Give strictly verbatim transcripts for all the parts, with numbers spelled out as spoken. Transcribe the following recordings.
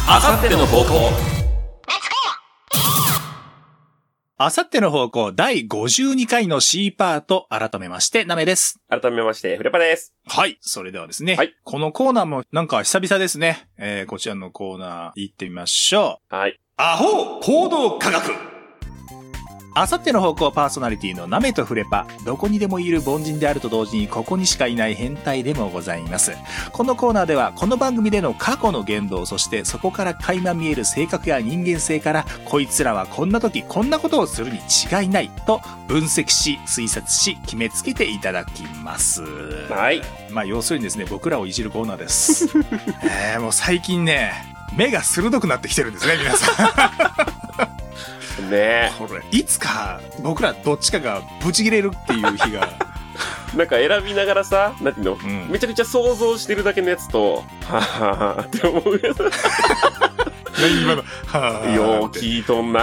あさっての方向。 あさっての方向だいごじゅうにかいの C パート、改めましてなめです。 改めましてフレパです。 はい。それではですね。 はい。 このコーナーもなんか久々ですね。えー、こちらのコーナー行ってみましょう。はい。 アホ行動科学。あさっての方向パーソナリティのなめとフレパ、どこにでもいる凡人であると同時にここにしかいない変態でもございます。このコーナーではこの番組での過去の言動、そしてそこから垣間見える性格や人間性から、こいつらはこんな時こんなことをするに違いないと分析し推察し決めつけていただきます。 はい。 まあ要するにですね、僕らをいじるコーナーです。えー、もう最近ね、目が鋭くなってきてるんですね、皆さん。 ねえ。 これいつか僕らどっちかがブチ切れるっていう日がなんか選びながらさ、なんていうの、うん、めちゃくちゃ想像してるだけのやつとはぁはぁって思うやつ何今のはぁよう聞いとんな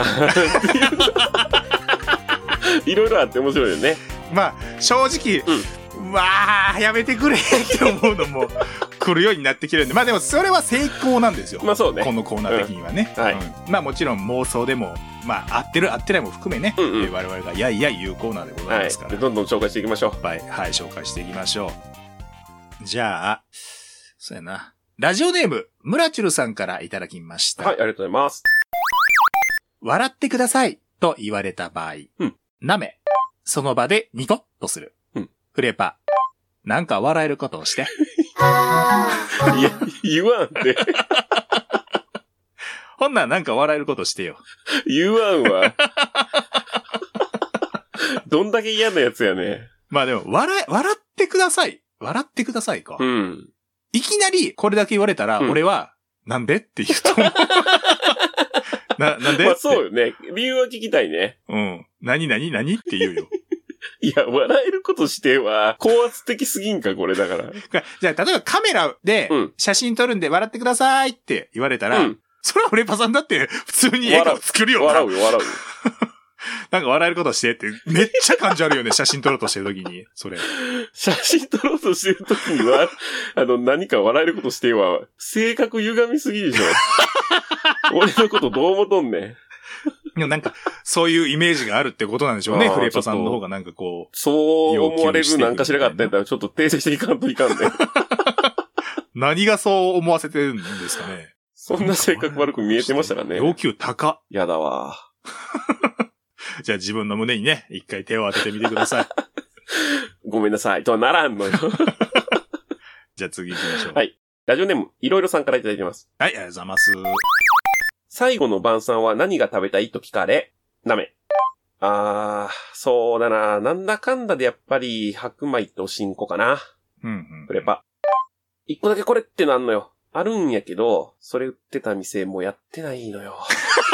いろいろあって面白いよね。 まあ正直、うん、わーやめてくれって思うのも来るようになってきてるんで、まあでもそれは成功なんですよ。 まあそうね。 このコーナー的にはね。 うん、はい、 うん。まあもちろん妄想でも、まあ合ってる合ってないも含めね、うんうん、我々がやいや言うコーナーでございますから。 はい、どんどん紹介していきましょう。 はい、はい、紹介していきましょう。じゃあ、そうやな。ラジオネーム、ムラチュルさんからいただきました。 はい、ありがとうございます。 笑ってくださいと言われた場合、 うん、 なめ、その場でニコッとする。 うん、 フレパ、なんか笑えることをして。 いや、言わんって。 ほんならなんか笑えることしてよ。 言わんわ。どんだけ嫌なやつやね。 まあでも、笑え、笑ってください。笑ってくださいか。 うん。 いきなりこれだけ言われたら、うん、俺は、なんでって言うと思う。な、なんでまあそうよね。理由は聞きたいね。 うん。何何何って言うよ。 いや、笑えることしては、高圧的すぎんか、これだから。 じゃあ、例えばカメラで、写真撮るんで笑ってくださいって言われたら、うん、それはフレパさんだって普通に笑顔作るよな。 笑うよ、笑うよ。 なんか笑えることしてって、めっちゃ感じあるよね、写真撮ろうとしてるときに、それ。 写真撮ろうとしてるときには、あの、何か笑えることしては、性格歪みすぎでしょ。俺のことどう思とんねん。 でもなんか、そういうイメージがあるってことなんでしょうね、フレパさんの方がなんかこう。 そう思われるなんかしらかったやったら、ちょっと訂正していかんといかんね。 何がそう思わせてるんですかね。 そんな性格悪く見えてましたかね。 要求高。 やだわ。 じゃあ自分の胸にね、一回手を当ててみてください。 ごめんなさい。とはならんのよ。 じゃあ次行きましょう。 はい。ラジオネーム、いろいろさんからいただいてます。 はい、ありがとうございます。 最後の晩餐は何が食べたいと聞かれ、なめ。あー、そうだな。なんだかんだでやっぱり白米とおしんこかな。 うんうん。 フレパ。一個だけこれってなんのよ。あるんやけど、それ売ってた店もうやってないのよ。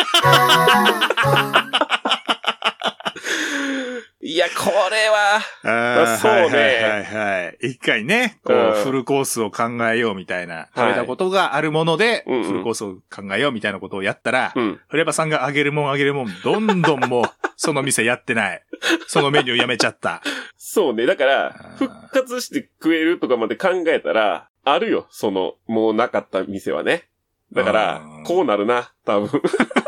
いや、これは、 あそうね。はいはいはい。一回ね、こう、うん、フルコースを考えようみたいな、食べたことがあるもので、はい、フルコースを考えようみたいなことをやったら、うん、フレパさんがあげるもんあげるもん、どんどんもう、その店やってない。そのメニューやめちゃった。 そうね。だから、復活して食えるとかまで考えたら、あるよ。その、もうなかった店はね。だから、こうなるな、多分。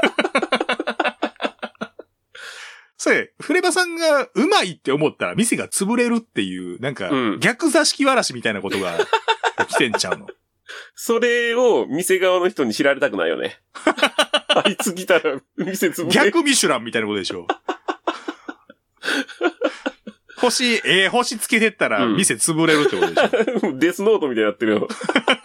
それ、フレバさんがうまいって思ったら店が潰れるっていう、なんか、逆座敷わらしみたいなことが起きてんちゃうの。それを店側の人に知られたくないよね。あいつ来たら店潰れる。逆ミシュランみたいなことでしょ。星、えー、星つけてったら店潰れるってことでしょ。うん、デスノートみたいになってるよ。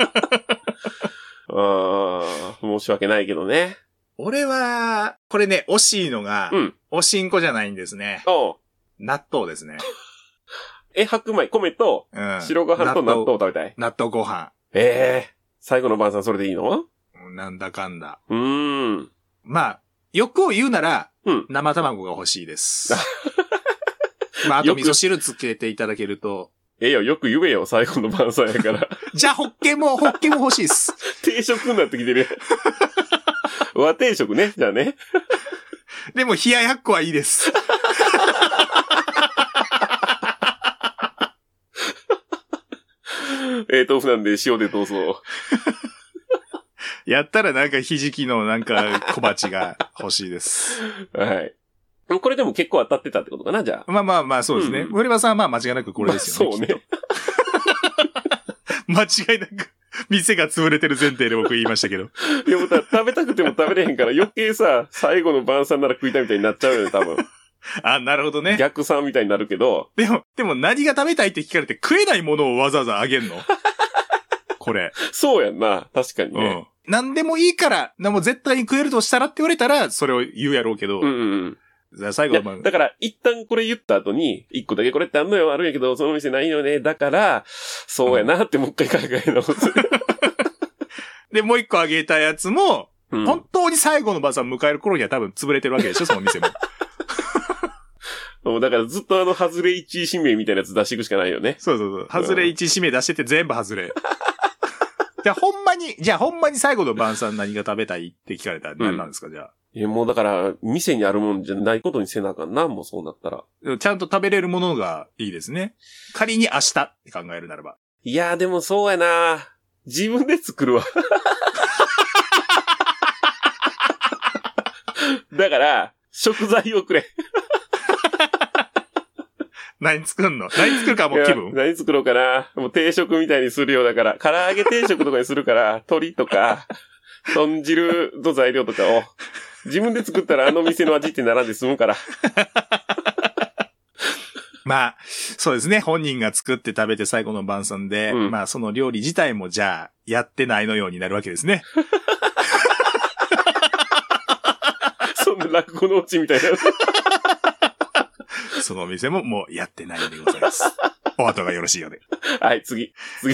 あー、申し訳ないけどね。俺は、これね、惜しいのが、うん、おしんこじゃないんですね。おう。納豆ですね。え、白米、米と、白ご飯と納豆を食べたい。納豆ご飯。ええー、最後の晩餐それでいいの？なんだかんだ。うーん。まあ、欲を言うなら、うん、生卵が欲しいです。まあ、あと味噌汁つけていただけると。ええよ、よく言えよ、最後の晩餐やから。じゃあ、ホッケも、ホッケも欲しいっす。定食になってきてる。和定食ね、じゃあね。でも、冷ややっこはいいです。えー、豆腐なんで塩でどうぞ。 やったらなんかひじきのなんか小鉢が欲しいです。 はい。これでも結構当たってたってことかな、じゃあ。 まあまあまあ、そうですね。森場、うん、さんはまあ間違いなくこれですよね。まあ、そうね。間違いなく、店が潰れてる前提で僕言いましたけど。 いや、もう食べたくても食べれへんから余計さ、最後の晩餐なら食いたいみたいになっちゃうよね、多分。 あ、なるほどね。 逆算みたいになるけど。 でも、でも何が食べたいって聞かれて食えないものをわざわざあげんのこれ。 そうやんな。確かにね。 うん。何でもいいから、でも絶対に食えるとしたらって言われたら、それを言うやろうけど。 うんうんうん。最後は、 だから、一旦これ言った後に、一個だけこれってあんのよ、あるんやけど、その店ないよね。だから、そうやなってもう一回考え直す。 で、もう一個あげたやつも、うん、本当に最後の晩餐迎える頃には多分潰れてるわけでしょ、その店も。 もうだからずっとあの、外れ一位指名みたいなやつ出していくしかないよね。 そうそうそう。外れ一位指名出してて全部外れ。じゃあほんまに、じゃあほんまに最後の晩餐何が食べたいって聞かれたら何なんですか、うん、じゃあ。 いや、もうだから、店にあるもんじゃないことにせなあかんな、もうそうなったら。 ちゃんと食べれるものがいいですね。仮に明日って考えるならば。 いや、でもそうやな。自分で作るわ。だから、食材をくれ。 何作んの？何作るかもう気分？ 何作ろうかな。もう定食みたいにするようだから、唐揚げ定食とかにするから、鶏とか、豚汁の材料とかを、自分で作ったらあの店の味って並んで済むから。 まあ、そうですね。本人が作って食べて最後の晩餐で、うん、まあその料理自体もじゃあ、やってないのようになるわけですね。 そんな落語のオチみたいな。 そのお店ももうやってないんでございます。お後がよろしいようで。 はい、次。次。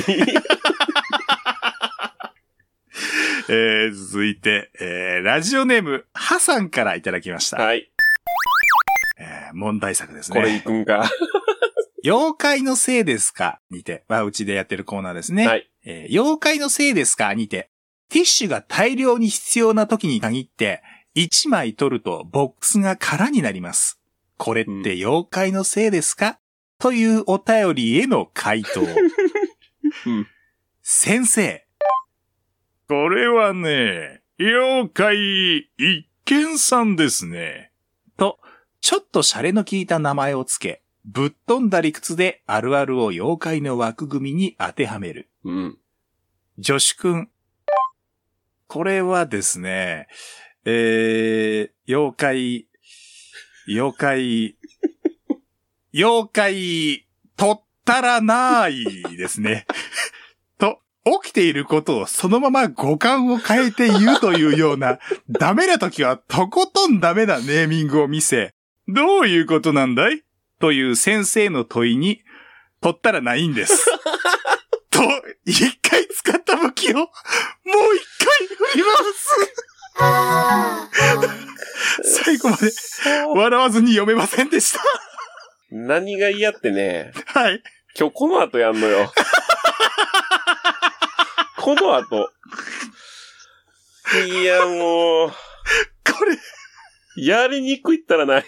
えー、続いて、えー、ラジオネーム、ハさんからいただきました。 はい。 えー、問題作ですね。 これいくんか。 妖怪のせいですかにて、はうちでやってるコーナーですね。 はい。 えー、妖怪のせいですかにて、ティッシュが大量に必要な時に限って、いちまい取るとボックスが空になります。これって妖怪のせいですか、うん、というお便りへの回答。うん、先生。これはね、妖怪一見さんですね。と、ちょっとシャレの効いた名前をつけ、ぶっ飛んだ理屈であるあるを妖怪の枠組みに当てはめる。 うん。 女子くん。これはですね、えー、妖怪、妖怪、妖怪、取ったらないですね。と、起きていることをそのまま語感を変えて言うというような、ダメな時はとことんダメなネーミングを見せ、どういうことなんだいという先生の問いに、取ったらないんです。と、一回使った武器を、もう一回振り回す。最後まで笑わずに読めませんでした。 何が嫌ってね。 はい。 今日この後やんのよ。この後。いやもう。 これ。 やりにくいったらない。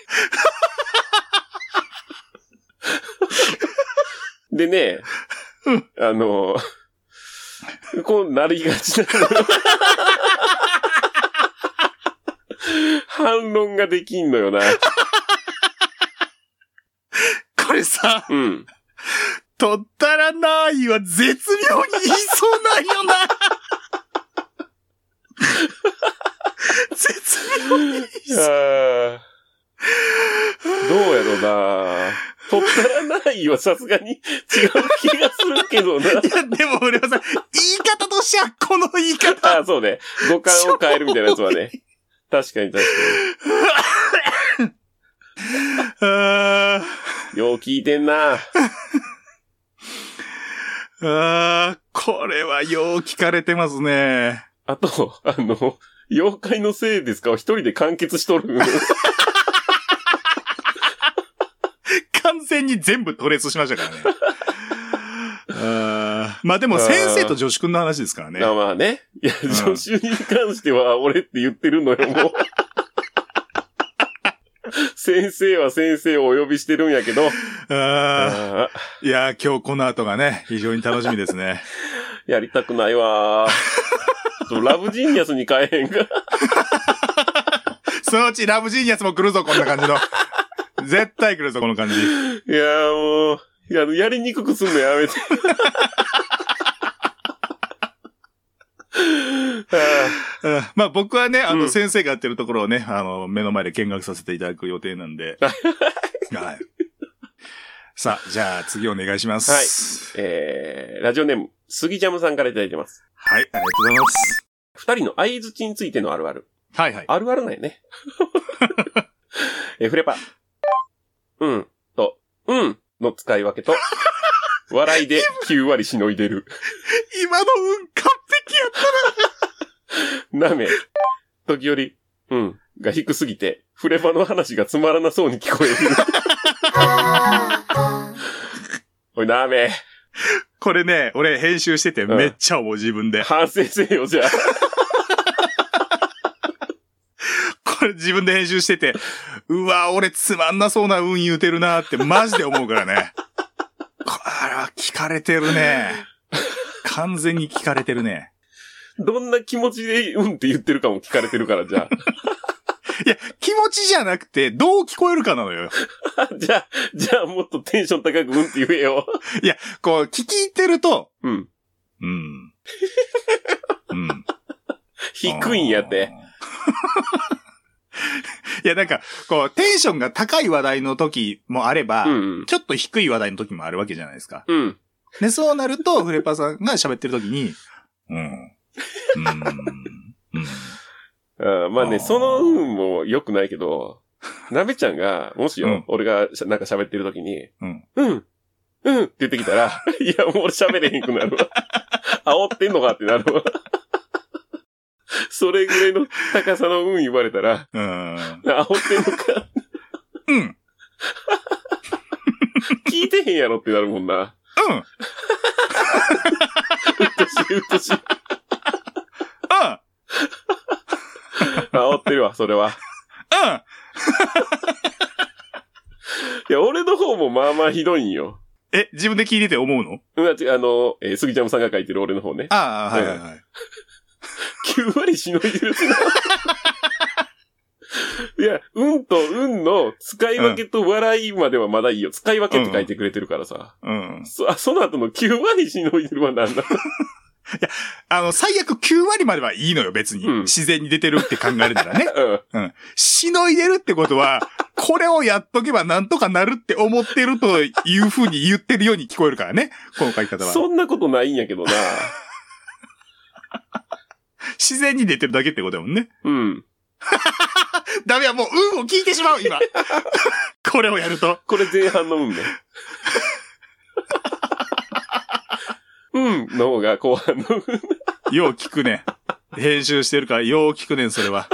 でね、 うん、 あの、こうなりがちなの。反論ができんのよな。 これさ、 うん。 取ったらないは絶妙に言いそうなんよな。絶妙に言いそう。 どうやろな。取ったらないはさすがに違う気がするけどな。いや、 でも俺はさ、言い方としてはこの言い方。 ああ、そうね。語感を変えるみたいなやつはね。確かに確かに。 あよう聞いてんな。 ああ、これはよう聞かれてますね。 あと、あの、妖怪のせいですかを一人で完結しとる。 完全に全部トレースしましたからね。あまあでも先生と女子くんの話ですからね。 あまあね。いや、女子に関しては俺って言ってるのよ、もう。先生は先生をお呼びしてるんやけど。 あいや、今日この後がね、非常に楽しみですね。 やりたくないわ。 とラブジーニアスに変えへんか。 そのうちラブジーニアスも来るぞ、こんな感じの。絶対来るぞ、この感じ。いやもう、いや、やりにくくすんのやめて。 あまあ僕はね、あの、うん、先生がやってるところをね、あの、目の前で見学させていただく予定なんで。はい。さあ、じゃあ次お願いします。 はい。えー、ラジオネーム、杉ジャムさんからいただいてます。 はい、ありがとうございます。 二人の相づちについてのあるある。 はいはい。 あるあるなんやね。えー、フレパ。うんと、うんの使い分けと、笑いできゅう割しのいでる。 今のうん完璧やったな。なめ。時折、うんが低すぎて、フレパの話がつまらなそうに聞こえる。おい、なめ。 これね、俺編集しててめっちゃ思う、自分で。 反省せよ、じゃあ。 これ自分で編集してて、うわ、俺つまんなそうな運言うてるなってマジで思うからね。これは聞かれてるね。完全に聞かれてるね。 どんな気持ちでうんって言ってるかも聞かれてるから、じゃあ。 いや、気持ちじゃなくて、どう聞こえるかなのよ。 じゃあ、じゃあもっとテンション高くうんって言えよ。 いや、こう、聞き入ってると、 うん。 うん。うん。 低いんやって。 いや、なんか、こう、テンションが高い話題の時もあれば、うんうん、ちょっと低い話題の時もあるわけじゃないですか。 うん。 で、そうなると、フレパさんが喋ってる時に、うん。うん。 うん。あまあね、その運も良くないけど、なべちゃんが、もしよ、うん、俺がなんか喋ってる時に、うん。うん。うんって言ってきたら、いや、もう俺喋れへんくなるわ。煽ってんのかってなるわ。それぐらいの高さの運言われたら、うん。煽ってんのか。 うん。 聞いてへんやろってなるもんな。 うん。 うっとしい、うっとしい。うん。煽ってるわ、それは。 うん。 いや、俺の方もまあまあひどいんよ。 え、自分で聞いてて思うの？ うん、違う、あの、えー、杉ちゃんさんが書いてる俺の方ね。 ああ、はいはいはい。 きゅう割しのいでるってな。いや、うんとうんの使い分けと笑いまではまだいいよ。使い分けって書いてくれてるからさ。 うん。 そ、あ、その後のきゅう割しのいでるはなんだ。いや、あの、最悪きゅう割まではいいのよ、別に。うん、自然に出てるって考えるならね。うん。うん。しのいでるってことは、これをやっとけばなんとかなるって思ってるという風に言ってるように聞こえるからね。この書き方は。 そんなことないんやけどな。 自然に出てるだけってことだもんね。 うん。 ダメや、もう運を聞いてしまう、今。これをやると。 これ前半の運ね。うんの方が後半の運。 よう聞くね。編集してるからよう聞くねん、それは。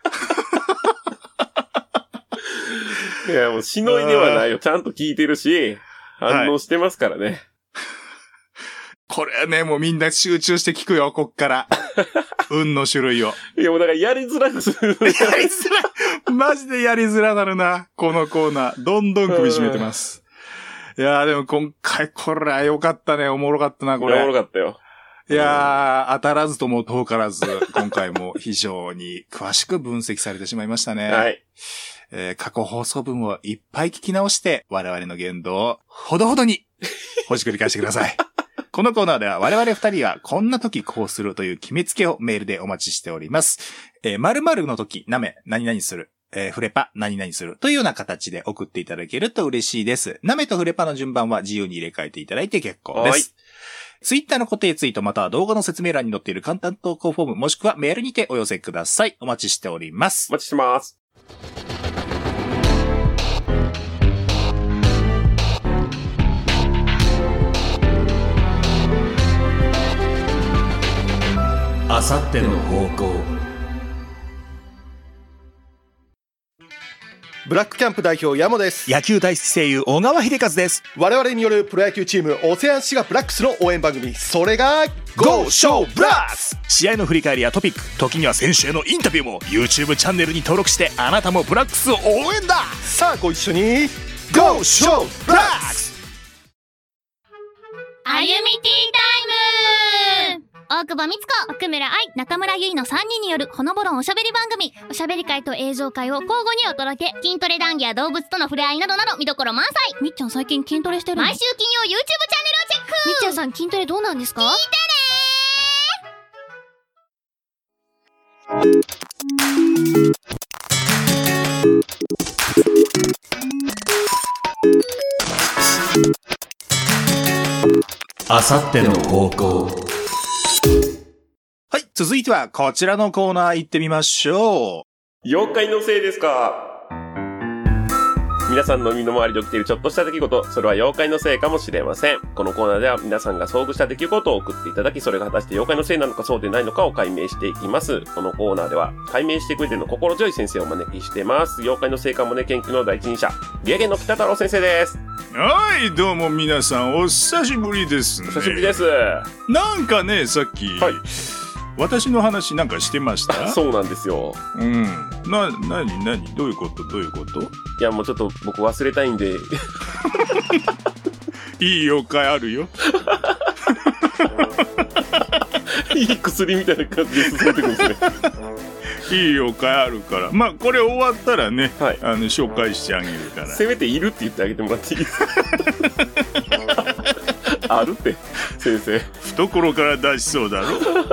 いや、もうしのいではないよ。ちゃんと聞いてるし、反応してますからね。はい、 これはね、もうみんな集中して聞くよ、こっから。運の種類を。 いや、もうだからやりづらくする。 やりづらい。マジでやりづらなるな。このコーナー。どんどん首絞めてます。いやーでも今回これは良かったね。おもろかったな、これ。 おもろかったよ。 いやー、当たらずとも遠からず、今回も非常に詳しく分析されてしまいましたね。 はい。 えー、過去放送分をいっぱい聞き直して、我々の言動をほどほどに、ほじくり返してください。このコーナーでは我々二人がこんな時こうするという決めつけをメールでお待ちしております。えー、〇〇の時、なめ、何々する。えー、フレパ、何々する。というような形で送っていただけると嬉しいです。なめとフレパの順番は自由に入れ替えていただいて結構です。ツイッターの固定ツイートまたは動画の説明欄に載っている簡単投稿フォームもしくはメールにてお寄せください。お待ちしております。 お待ちしてます。 あさっての方向。 ブラックキャンプ代表山です。 野球大好き声優小川秀和です。 我々によるプロ野球チームオセアンシガブラックスの応援番組、それが Go Show Blacks。 試合の振り返りやトピック、時には選手へのインタビューも YouTube チャンネルに登録して、あなたもブラックスを応援だ。 さあご一緒に Go Show Blacks。 あゆみティータイム。お白馬美津子、奥村愛、中村ゆいのさんにんによるほのぼろんおしゃべり番組。おしゃべり会と映像会を交互にお届け。筋トレ談義や動物との触れ合いなどなど見どころ満載。みっちゃん最近筋トレしてるの？毎週金曜 YouTube チャンネルをチェック。みっちゃんさん筋トレどうなんですか？聞いてねー。あさっての方向。はい、続いてはこちらのコーナー行ってみましょう。妖怪のせいですか？皆さんの身の回りで起きているちょっとした出来事、それは妖怪のせいかもしれません。このコーナーでは皆さんが遭遇した出来事を送っていただき、それが果たして妖怪のせいなのかそうでないのかを解明していきます。このコーナーでは解明してくれているの心強い先生をお招きしてます。妖怪のせいかもね研究の第一人者、芸芸の北太郎先生です。 はい、どうも皆さんお久しぶりですね。 お久しぶりです。 なんかね、さっき、はい、私の話なんかしてました？ そうなんですよ。 うん。な、なになにどういうことどういうこと？ いや、もうちょっと僕忘れたいんで。 いい妖怪あるよ。 いい薬みたいな感じで進めてくるんですね。 いい妖怪あるから。まあ、これ終わったらね、はい、あの、紹介してあげるから。 せめているって言ってあげてもらっていいですか？あるって、先生。 懐から出しそうだろ。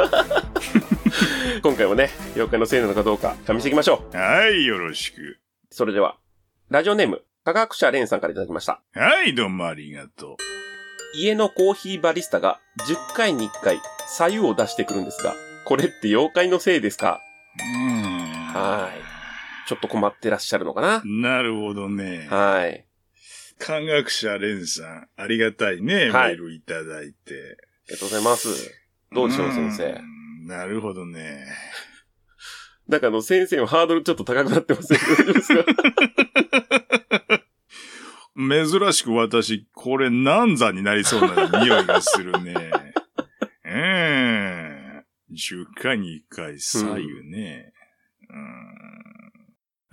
今回もね、妖怪のせいなのかどうか試していきましょう。はい、よろしく。 それでは、ラジオネーム、科学者レンさんからいただきました。 はい、どうもありがとう。 家のコーヒーバリスタがじゅっかいにいっかい白湯を出してくるんですが、これって妖怪のせいですか？ うーん。 はい。ちょっと困ってらっしゃるのかな？ なるほどね。 はい。 科学者レンさん、ありがたいね、はい、メールいただいて。 ありがとうございます。どうでしょう、先生。 なるほどね。 なんかあの、先生のハードルちょっと高くなってますね。大丈夫ですか？ 珍しく私、これ難産になりそうな匂いがするね。うーん。じゅっかいにいっかい左右ね。うん、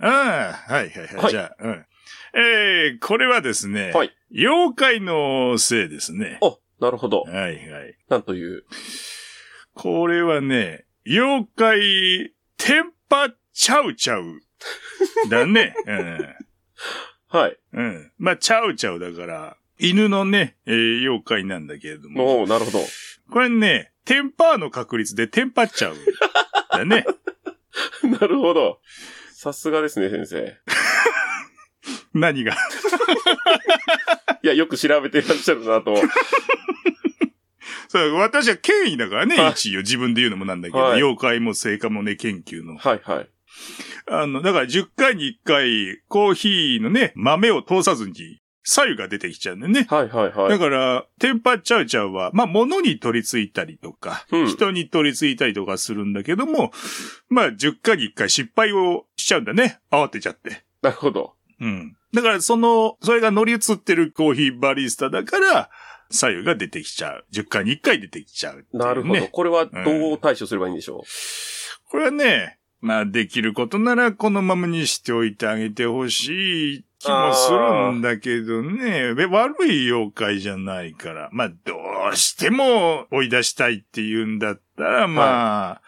ああ、はいはいはい。はい、じゃあ、うん。えー、これはですね、はい、妖怪のせいですね。 あ、なるほど。 はいはい。 なんという。 これはね、妖怪、テンパチャウチャウだね。うん、 はい。 うん。まあ、チャウチャウだから、犬のね、えー、妖怪なんだけれども。 おー、なるほど。 これね、テンパーの確率でテンパっちゃう。だね。 なるほど。さすがですね、先生。 何がいや、よく調べていらっしゃるなと。 そう、私は権威だからね、はい、一応自分で言うのもなんだけど、はい、妖怪も聖火もね、研究の。 はいはい。 あの、だからじゅっかいにいっかい、コーヒーのね、豆を通さずに、白湯が出てきちゃうんだよね。 はいはいはい。 だから、テンパっちゃうちゃうは、まあ、物に取り付いたりとか、うん、人に取り付いたりとかするんだけども、まあ、じゅっかいにいっかい失敗をしちゃうんだね。慌てちゃって。 なるほど。 うん。だから、その、それが乗り移ってるコーヒーバリスタだから、左右が出てきちゃう。じゅっかいにいっかい出てきちゃう、ね。 なるほど。これはどう対処すればいいんでしょう、うん、 これはね、まあできることならこのままにしておいてあげてほしい気もするんだけどね。悪い妖怪じゃないから。まあどうしても追い出したいって言うんだったら、まあ、はい、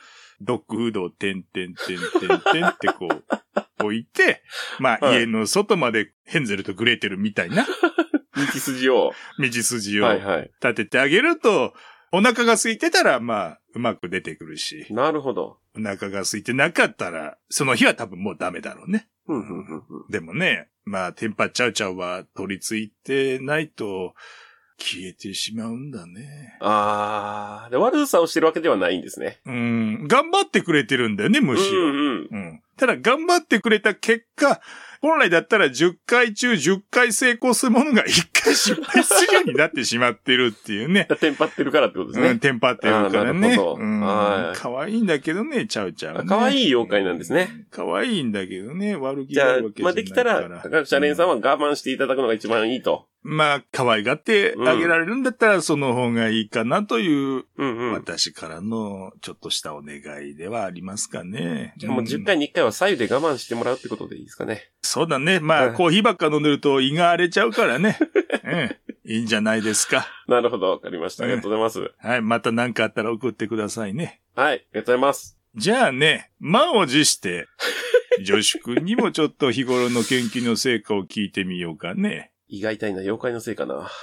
ドッグフードをてんてんてんてんてんってこう置いて、まあ、はい、家の外までヘンゼルとグレーテルみたいな。 道筋を。 道筋を立ててあげると、お腹が空いてたら、まあ、うまく出てくるし。 なるほど。 お腹が空いてなかったら、その日は多分もうダメだろうね。 うんうんうんうん、 でもね、まあ、テンパチャウチャウは取り付いてないと、消えてしまうんだね。 あー、で悪さをしてるわけではないんですね。 うん、頑張ってくれてるんだよね、むしろ。 うんうん。 うん。ただ、頑張ってくれた結果、本来だったらじゅっかい中じゅっかい成功するものがいっかい失敗するようになってしまってるっていうね。 テンパってるからってことですね。 うん、テンパってるからね。 なるほど。 うん、 はい。 可愛いんだけどね、ちゃうちゃう、ね。 可愛い妖怪なんですね。 可愛いんだけどね、悪気があるわけじゃないから。 じゃあ、まあ、できたら、科学者連さんは我慢していただくのが一番いいと。 まあ、可愛がってあげられるんだったら、その方がいいかなという、うんうん、私からのちょっとしたお願いではありますかね。 じゃあもうじゅっかいにいっかいは左右で我慢してもらうってことでいいですかね。 そうだね。まあ、コーヒーばっか飲んでると胃が荒れちゃうからね。うん。 いいんじゃないですか。 なるほど、わかりました。ありがとうございます。うん、 はい、また何かあったら送ってくださいね。 はい、ありがとうございます。 じゃあね、満を持して、女子くんにもちょっと日頃の研究の成果を聞いてみようかね。 意外体な妖怪のせいかな。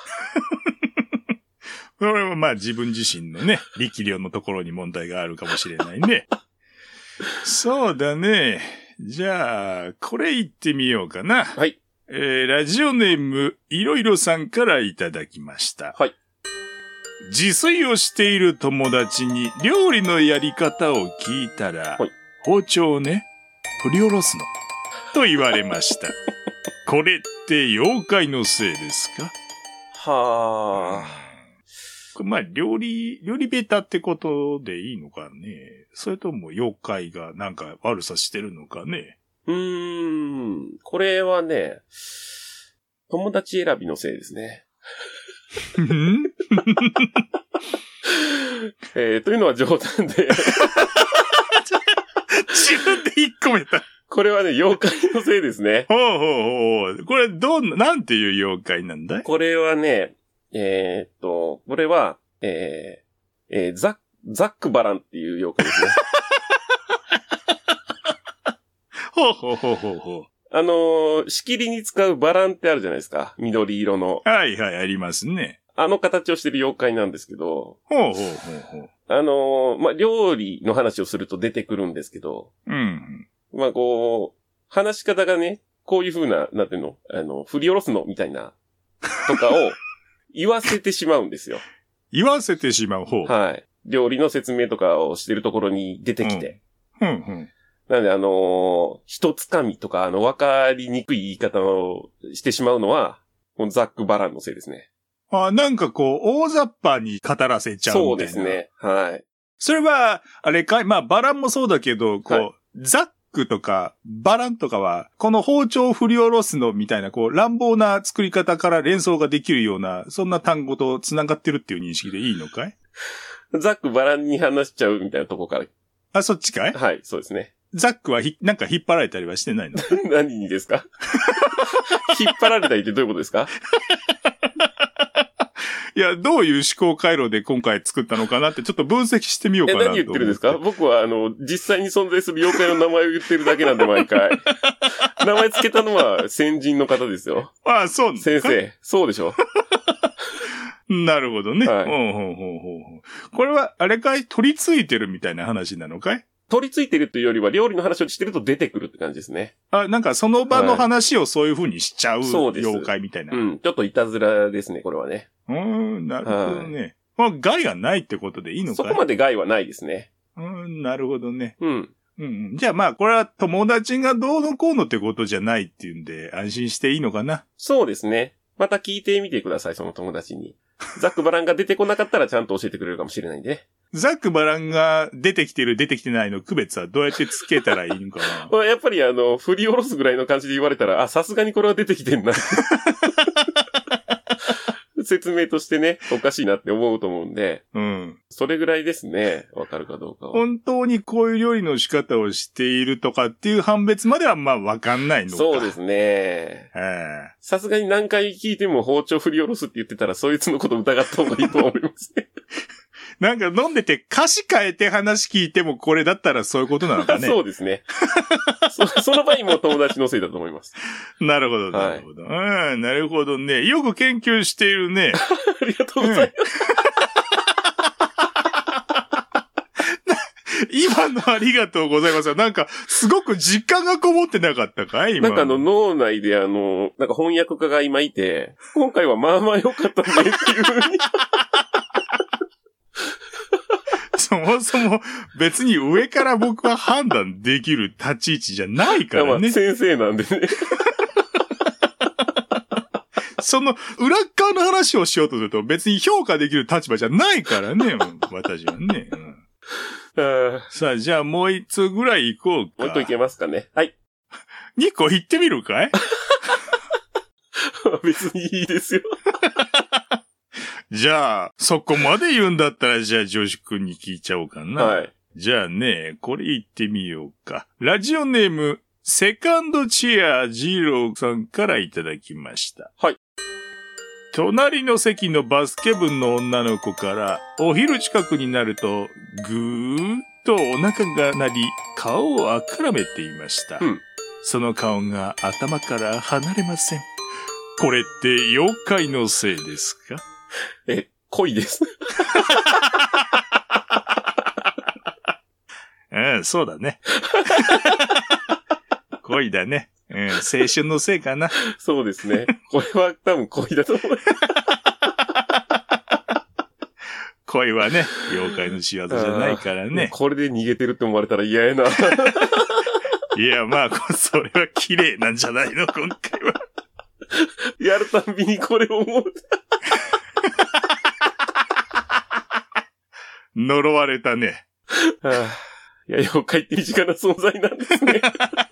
これはまあ自分自身のね、力量のところに問題があるかもしれないね。そうだね。じゃあ、これ言ってみようかな。 はい。 えー、ラジオネーム、いろいろさんからいただきました。 はい。 自炊をしている友達に料理のやり方を聞いたら、はい、包丁をね、振り下ろすの。と言われました。これって妖怪のせいですか？ はあ。 まあ、料理、料理ベタってことでいいのかね。それとも妖怪がなんか悪さしてるのかね。 うーん。これはね、友達選びのせいですね。えー、というのは冗談で。 自分で引っ込めた。 これはね、妖怪のせいですね。 ほうほうほう。これ、どん、なんていう妖怪なんだい？ これはね、えー、っと、これは、えー、えー、ザッ、ザックバランっていう妖怪ですね。 ほうほうほうほうほう。 あのー、仕切りに使うバランってあるじゃないですか。緑色の。 はいはい、ありますね。 あの形をしてる妖怪なんですけど。 ほうほうほうほう。 あのー、まあ、料理の話をすると出てくるんですけど。 うん。 まあ、こう、話し方がね、こういう風な、なんていうの、あの、振り下ろすのみたいな、とかを言わせてしまうんですよ。 言わせてしまう方。 はい。料理の説明とかをしてるところに出てきて。 うん。うん、うん。 なので、あのー、一つかみとか、あの、わかりにくい言い方をしてしまうのは、このザック・バランのせいですね。 あ、なんかこう、大雑把に語らせちゃうみたいな。 そうですね。はい。 それは、あれかい、まあ、バランもそうだけど、こう、はい、ザックとか、バランとかは、この包丁を振り下ろすのみたいな、こう、乱暴な作り方から連想ができるような、そんな単語と繋がってるっていう認識でいいのかい？ ザック、バランに話しちゃうみたいなとこから。 あ、そっちかい？ はい、そうですね。 ザックはひ、なんか引っ張られたりはしてないの？ 何にですか？引っ張られたりってどういうことですか？ いや、どういう思考回路で今回作ったのかなってちょっと分析してみようかなと。 え、何言ってるんですか？僕はあの、実際に存在する妖怪の名前を言ってるだけなんで毎回。名前つけたのは先人の方ですよ。 ああ、そうなん先生、そうでしょ。 なるほどね。 はい、 ほうほうほうほう。これは、あれかい？取り付いてるみたいな話なのかい？ 取り付いてるというよりは料理の話をしてると出てくるって感じですね。 あ、なんかその場の話をそういう風にしちゃう、はい、妖怪みたいな。 うん、ちょっといたずらですね、これはね。 うーん、なるほどね。はい、まあ、害がないってことでいいのかい？ そこまで害はないですね。 うーん、なるほどね。 うん。 うん。じゃあまあ、これは友達がどうのこうのってことじゃないっていうんで、安心していいのかな？ そうですね。また聞いてみてください、その友達に。ザックバランが出てこなかったらちゃんと教えてくれるかもしれないんでね。 ザックバランが出てきてる出てきてないの区別はどうやってつけたらいいのかな？ まあやっぱりあの、振り下ろすぐらいの感じで言われたら、あ、さすがにこれは出てきてんな。説明としてね、おかしいなって思うと思うんで。 うん。 それぐらいですね。わかるかどうかは。 本当にこういう料理の仕方をしているとかっていう判別まではまあわかんないのか。 そうですね。さすがに何回聞いても包丁振り下ろすって言ってたら、そいつのこと疑った方がいいと思いますね。 なんか飲んでて歌詞変えて話聞いてもこれだったらそういうことなのかね。 そうですねそ。その場合も友達のせいだと思います。 なるほど、なるほど。はい、うん、なるほどね。よく研究しているね。 ありがとうございます。 うん、今のありがとうございます。なんか、すごく実感がこもってなかったかい？今。 なんかあの脳内であの、なんか翻訳家が今いて、今回はまあまあ良かったねっていう風に。 そもそも別に上から僕は判断できる立ち位置じゃないからね。 まあ先生なんでね。 その裏側の話をしようとすると別に評価できる立場じゃないからね、私はね。うん、さあ、じゃあもう一つぐらい行こうか。 もう一個いけますかね。はい。 二個行ってみるかい？ 別にいいですよ。 じゃあ、そこまで言うんだったら、じゃあ、ジョシ君に聞いちゃおうかな。 はい。 じゃあね、これ言ってみようか。ラジオネーム、セカンドチェアジーローさんからいただきました。 はい。 隣の席のバスケ部の女の子からお昼近くになるとぐーっとお腹が鳴り顔をあからめていました、うん、その顔が頭から離れません。これって妖怪のせいですか？ え、恋ですうん、そうだね恋だね。うん、青春のせいかな。 そうですね。これは多分恋だと思う。 恋はね、妖怪の仕業じゃないからね。 これで逃げてるって思われたら嫌やな。 いや、まあ、それは綺麗なんじゃないの、今回は。 やるたんびにこれを思う。 呪われたね。 はあ、いや、妖怪って身近な存在なんですね。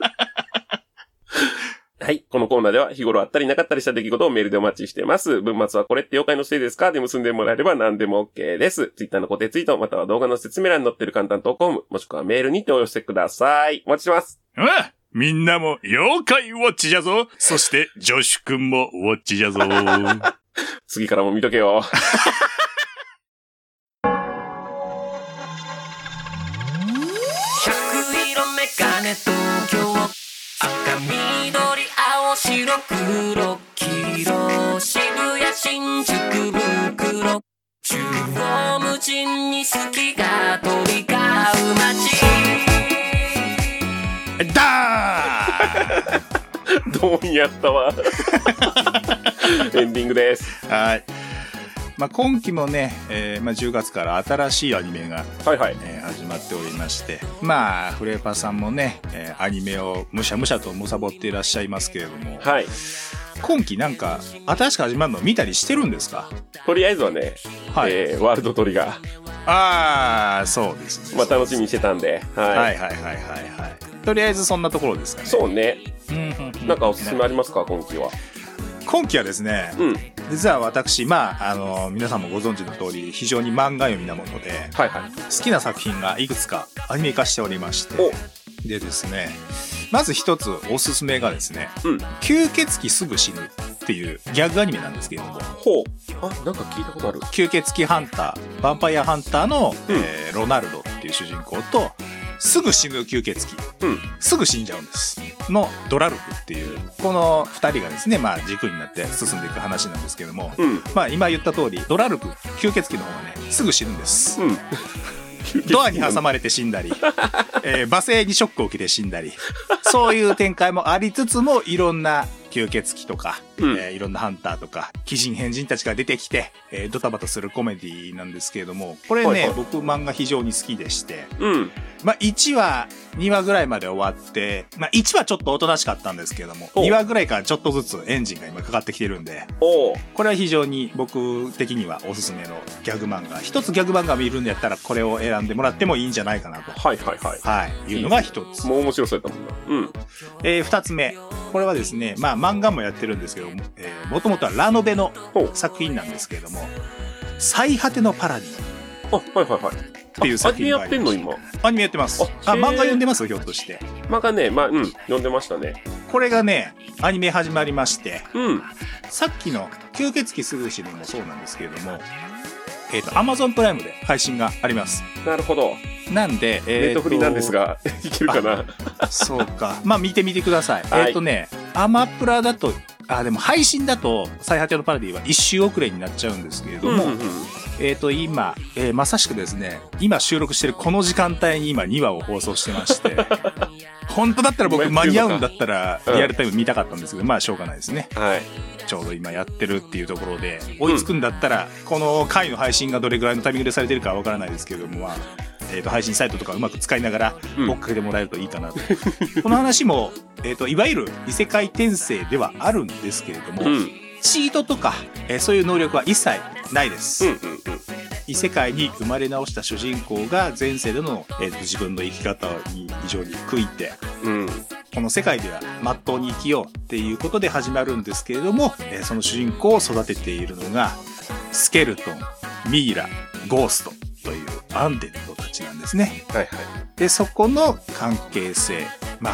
はい。このコーナーでは日頃あったりなかったりした出来事をメールでお待ちしています。文末はこれって妖怪のせいですかで結んでもらえれば何でも OK です。ツイッターの固定ツイート、または動画の説明欄に載っている簡単投稿フォーム、もしくはメールにてお寄せください。お待ちしてます。 ああ、みんなも妖怪ウォッチじゃぞ。そしてジョシュ君もウォッチじゃぞ。 次からも見とけよ。 百色メガネ東京赤緑青白黒黄色渋谷新宿袋中央無尽に好きが飛び交う街だーどうやったわ。エンディングです。 はい。まあ、今期もね、えーまあ、じゅうがつから新しいアニメが、 はいはいえー、始まっておりまして、まあフレーパーさんもね、えー、アニメをむしゃむしゃとむさぼっていらっしゃいますけれども、 はい、 今期なんか新しく始まるの見たりしてるんですか？ とりあえずはね、はい、えー、ワールドトリガー、 ああそうですね、 まあ、楽しみにしてたんで、はい、 はいはいはいはいはい、とりあえずそんなところですかね。 そうね、うん、なんかおすすめありますか今期は？ 今期はですね、うん、実は私、まあ、あの皆さんもご存知の通り非常に漫画読みなもので、 はいはい、 好きな作品がいくつかアニメ化しておりまして、でですね、まず一つおすすめがですね、うん、吸血鬼すぐ死ぬっていうギャグアニメなんですけれども、 ほう、あ、なんか聞いたことある。 吸血鬼ハンター、ヴァンパイアハンターの、うん、えー、ロナルドっていう主人公とすぐ死ぬ吸血鬼、うん、すぐ死んじゃうんですのドラルフっていうこのふたりがですね、まあ軸になって進んでいく話なんですけども、うん、まあ今言った通りドラルフ吸血鬼の方がねすぐ死ぬんです、うん、ドアに挟まれて死んだり、えー、罵声にショックを受けて死んだり、そういう展開もありつつもいろんな吸血鬼とか、うん、えー、いろんなハンターとか鬼人変人たちが出てきて、えー、ドタバタするコメディなんですけれども、これね、はいはい、僕漫画非常に好きでして、うん、まあいちわにわぐらいまで終わって、まあいちわちょっとおとなしかったんですけれども、にわぐらいからちょっとずつエンジンが今かかってきてるんで、これは非常に僕的にはおすすめのギャグ漫画、一つギャグ漫画見るんだったらこれを選んでもらってもいいんじゃないかなと、 はいはいはい、 はい、いうのが一つ。 もう面白そうやったもんな。うん。 えー、二つ目、これはですね、まあ漫画もやってるんですけども、えー、もともとはラノベの作品なんですけれども、最果てのパラディ。 あ、はいはいはい。 っていう作品がありました。 アニメやってんの今？ アニメやってます。あ、漫画読んでますひょっとして。 漫画ね、まあ、うん、読んでましたね。 これがね、アニメ始まりまして、 うん。 さっきの吸血鬼すぐ死ぬもそうなんですけれども、えっと、Amazon プライムで配信があります。 なるほど。 なんで、 えー、ネットフリなんですが、いけるかな？ そうか。まあ見てみてください。はい、えっとね、アマプラだと、あ、でも配信だと、最果てのパラディは一周遅れになっちゃうんですけれども、うんうんうん、えっと、今、えー、まさしくですね、今収録してるこの時間帯に今にわを放送してまして、本当だったら僕間に合うんだったらリアルタイム見たかったんですけど、うん、まあしょうがないですね。 はい。 ちょうど今やってるっていうところで、追いつくんだったら、うん、この回の配信がどれぐらいのタイミングでされてるかはわからないですけれども、まあ、えー、と配信サイトとかうまく使いながら追っかけてもらえるといいかなと、うん、この話も、えー、といわゆる異世界転生ではあるんですけれども、うん、チートとか、えー、そういう能力は一切ないです、うんうんうん、異世界に生まれ直した主人公が前世での、えー、と自分の生き方に非常に悔いて、うん、この世界では真っ当に生きようっていうことで始まるんですけれども、えー、その主人公を育てているのがスケルトン、ミイラ、ゴーストというアンデッドたちなんですね。はいはい。で、そこの関係性、まあ、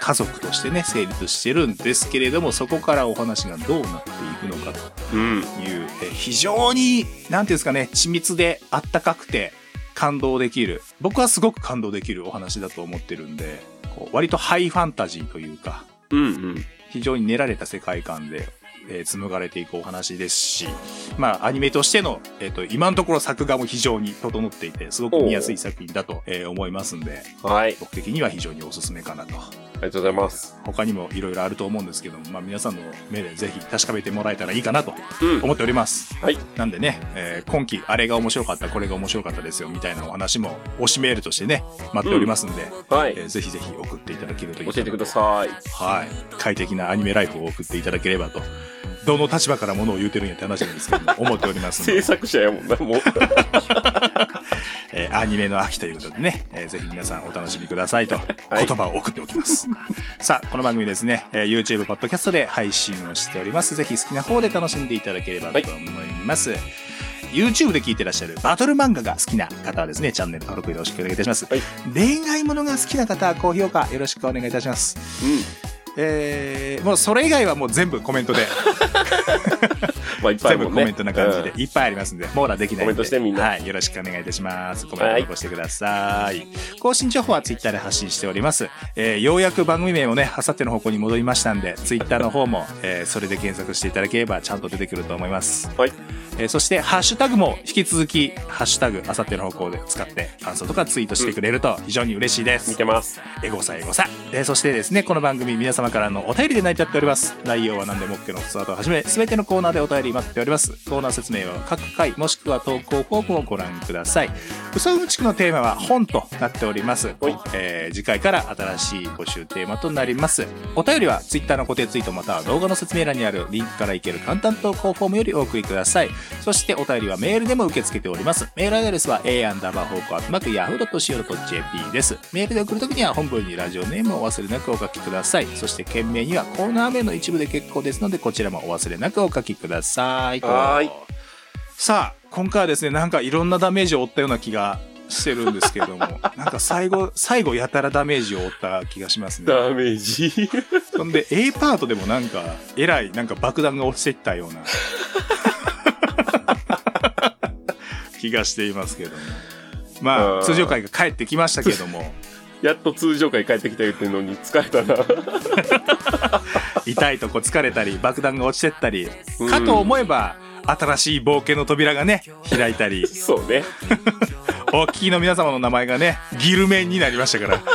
家族としてね成立してるんですけれども、そこからお話がどうなっていくのかという、うん、え非常になんていうんですかね、緻密であったかくて感動できる、僕はすごく感動できるお話だと思ってるんで、こう割とハイファンタジーというか、うんうん、非常に練られた世界観で、えー、紡がれていくお話ですし、まあアニメとしての、えー、と今のところ作画も非常に整っていてすごく見やすい作品だと、えー、思いますんで、はい、僕的には非常におすすめかなと。 ありがとうございます。 他にもいろいろあると思うんですけども、まあ、皆さんの目でぜひ確かめてもらえたらいいかなと思っております、うん、はい。なんでね、えー、今期あれが面白かったこれが面白かったですよみたいなお話も推しメールとしてね待っておりますんで、うん、はい、えー、ぜひぜひ送っていただけるといいかなと。 教えてください。 はい、快適なアニメライフを送っていただければと、どの立場からものを言うてるんやって話なんですけども思っておりますので制作者やもんなもうえー、アニメの秋ということでね、えー、ぜひ皆さんお楽しみくださいと言葉を送っておきます、はい、さあこの番組ですね、えー、YouTube、ポッドキャストで配信をしております。ぜひ好きな方で楽しんでいただければと思います、はい。 YouTube で聞いてらっしゃるバトル漫画が好きな方はですねチャンネル登録よろしくお願いいたします、はい。恋愛ものが好きな方は高評価よろしくお願いいたします、うん。えー、もうそれ以外はもう全部コメントでまあいっぱいもんね、全部コメントな感じでいっぱいありますんで、網羅できないんでコメントしてみんな、はい、よろしくお願いいたします。コメント残してください、はい。更新情報はツイッターで発信しております、えー、ようやく番組名もねあさっての方向に戻りましたんでツイッターの方も、えー、それで検索していただければちゃんと出てくると思います、はい。えー、そしてハッシュタグも引き続きハッシュタグあさっての方向で使って感想とかツイートしてくれると非常に嬉しいです、うん、 見てます。 エゴサエゴサ、えー、そしてですねこの番組皆様からのお便りで成り立っております。内容は何でも OK のスタートをはじめ全てのコーナーでお便り待っております。コーナー説明は各回もしくは投稿フォームをご覧ください。うさうんちくのテーマは本となっております、えー、次回から新しい募集テーマとなります。お便りは Twitter の固定ツイートまたは動画の説明欄にあるリンクからいける簡単投稿フォームよりお送りください。そしてお便りはメールでも受け付けております。メールアドレスは a アンダーバーフォークアットマークヤフードットシーオードットジェーピー です。メールで送るときには本文にラジオネームをお忘れなくお書きください。そして件名にはコーナー名の一部で結構ですのでこちらもお忘れなくお書きください。はい。さあ今回はですねなんかいろんなダメージを負ったような気がしてるんですけれどもなんか最後最後やたらダメージを負った気がしますね。 ダメージそんで A パートでもなんかえらいなんか爆弾が落ちていったような気がしていますけども、まあ通常回が帰ってきましたけどもやっと通常回帰ってきた言ってんのに疲れたな痛いとこ疲れたり爆弾が落ちてったり、うん、かと思えば新しい冒険の扉がね開いたりそうねお聞きの皆様の名前がねギルメンになりましたから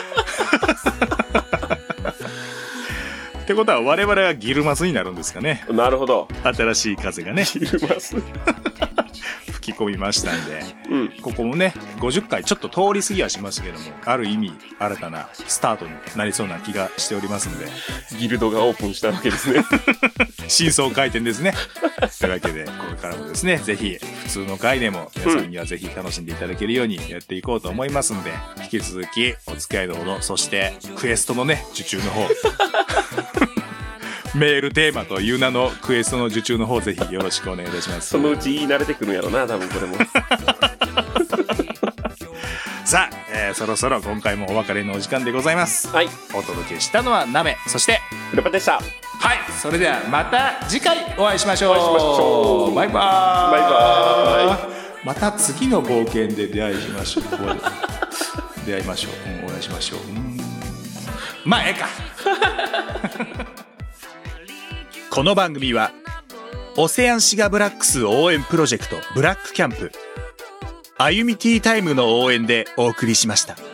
ってことは我々はギルマスになるんですかね。 なるほど。 新しい風がねギルマス吹き込みましたんで、うん、ここもねごじゅっかいちょっと通り過ぎはしましたけどもある意味新たなスタートになりそうな気がしておりますんでギルドがオープンしたわけですね新装開店ですねというわけでこれからもですねぜひ普通の回でも皆さんにはぜひ楽しんでいただけるようにやっていこうと思いますんで引き続きお付き合いのほどそしてクエストのね受注の方メールテーマという名のクエストの受注の方ぜひよろしくお願いいたします。 そのうち言い慣れてくるんやろな多分これもさあ、えー、そろそろ今回もお別れのお時間でございます。はい。お届けしたのはなめそしてフレパでした。はい。 それではまた次回お会いしましょう。 お会いしましょう。 バイバーイ。 バイバーイ。また次の冒険で出会いしましょう。出会いましょう。うん、お会いしましょう。うん、まあええか。この番組はオセアンシガブラックス応援プロジェクトブラックキャンプ歩みティータイムの応援でお送りしました。